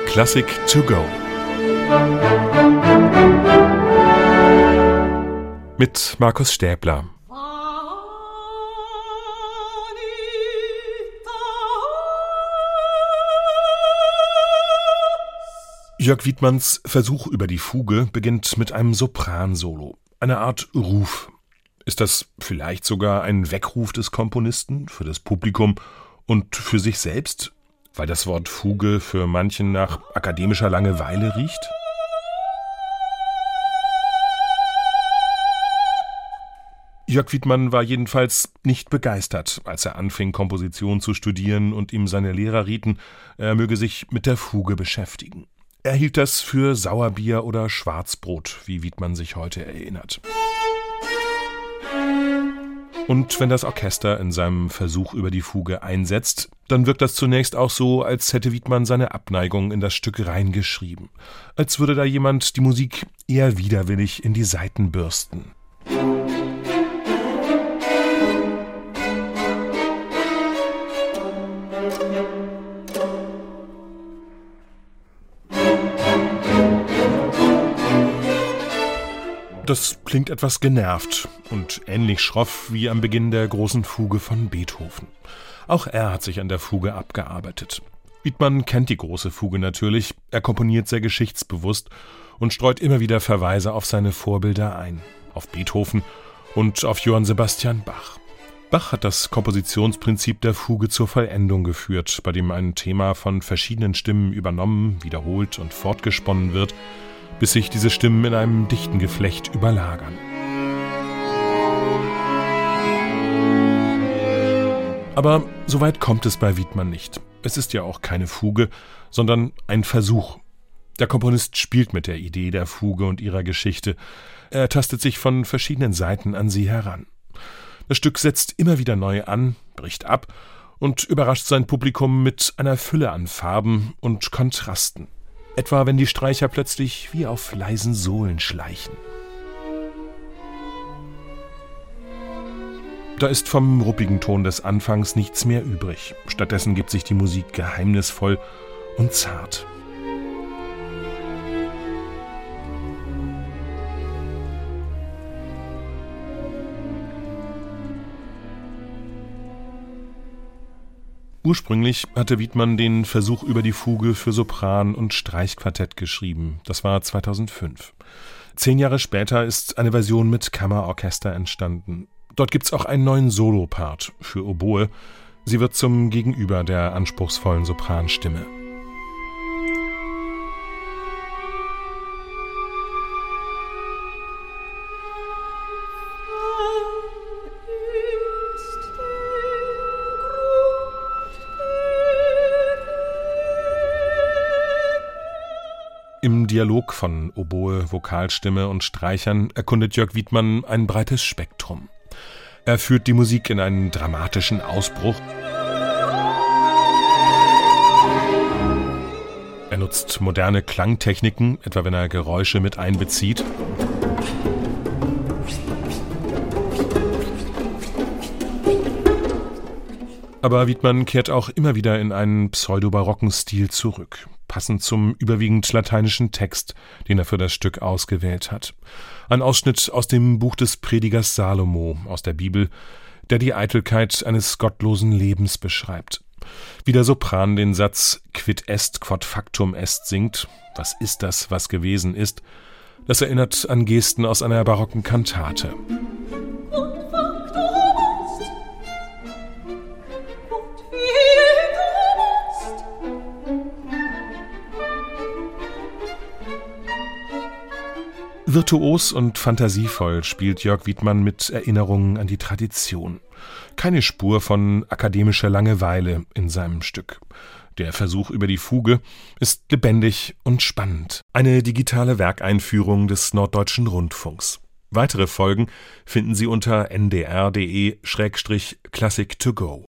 Klassik to go. Mit Markus Stäbler. Jörg Wiedmanns Versuch über die Fuge beginnt mit einem Sopransolo, eine Art Ruf. Ist das vielleicht sogar ein Weckruf des Komponisten für das Publikum und für sich selbst, weil das Wort Fuge für manchen nach akademischer Langeweile riecht? Jörg Wiedmann war jedenfalls nicht begeistert, als er anfing, Komposition zu studieren und ihm seine Lehrer rieten, er möge sich mit der Fuge beschäftigen. Er hielt das für Sauerbier oder Schwarzbrot, wie Wiedmann sich heute erinnert. Und wenn das Orchester in seinem Versuch über die Fuge einsetzt, dann wirkt das zunächst auch so, als hätte Wiedmann seine Abneigung in das Stück reingeschrieben. Als würde da jemand die Musik eher widerwillig in die Saiten bürsten. Das klingt etwas genervt und ähnlich schroff wie am Beginn der großen Fuge von Beethoven. Auch er hat sich an der Fuge abgearbeitet. Wiedmann kennt die große Fuge natürlich, er komponiert sehr geschichtsbewusst und streut immer wieder Verweise auf seine Vorbilder ein, auf Beethoven und auf Johann Sebastian Bach. Bach hat das Kompositionsprinzip der Fuge zur Vollendung geführt, bei dem ein Thema von verschiedenen Stimmen übernommen, wiederholt und fortgesponnen wird, bis sich diese Stimmen in einem dichten Geflecht überlagern. Aber so weit kommt es bei Wiedmann nicht. Es ist ja auch keine Fuge, sondern ein Versuch. Der Komponist spielt mit der Idee der Fuge und ihrer Geschichte. Er tastet sich von verschiedenen Seiten an sie heran. Das Stück setzt immer wieder neu an, bricht ab und überrascht sein Publikum mit einer Fülle an Farben und Kontrasten. Etwa wenn die Streicher plötzlich wie auf leisen Sohlen schleichen. Da ist vom ruppigen Ton des Anfangs nichts mehr übrig. Stattdessen gibt sich die Musik geheimnisvoll und zart. Ursprünglich hatte Wiedmann den Versuch über die Fuge für Sopran und Streichquartett geschrieben. Das war 2005. 10 Jahre später ist eine Version mit Kammerorchester entstanden. Dort gibt's auch einen neuen Solopart für Oboe. Sie wird zum Gegenüber der anspruchsvollen Sopranstimme. Im Dialog von Oboe, Vokalstimme und Streichern erkundet Jörg Wiedmann ein breites Spektrum. Er führt die Musik in einen dramatischen Ausbruch. Er nutzt moderne Klangtechniken, etwa wenn er Geräusche mit einbezieht. Aber Wiedmann kehrt auch immer wieder in einen pseudobarocken Stil zurück, passend zum überwiegend lateinischen Text, den er für das Stück ausgewählt hat. Ein Ausschnitt aus dem Buch des Predigers Salomo aus der Bibel, der die Eitelkeit eines gottlosen Lebens beschreibt. Wie der Sopran den Satz Quid est, quod factum est singt, was ist das, was gewesen ist, das erinnert an Gesten aus einer barocken Kantate. Virtuos und fantasievoll spielt Jörg Wiedmann mit Erinnerungen an die Tradition. Keine Spur von akademischer Langeweile in seinem Stück. Der Versuch über die Fuge ist lebendig und spannend. Eine digitale Werkeinführung des Norddeutschen Rundfunks. Weitere Folgen finden Sie unter ndr.de/classic2go.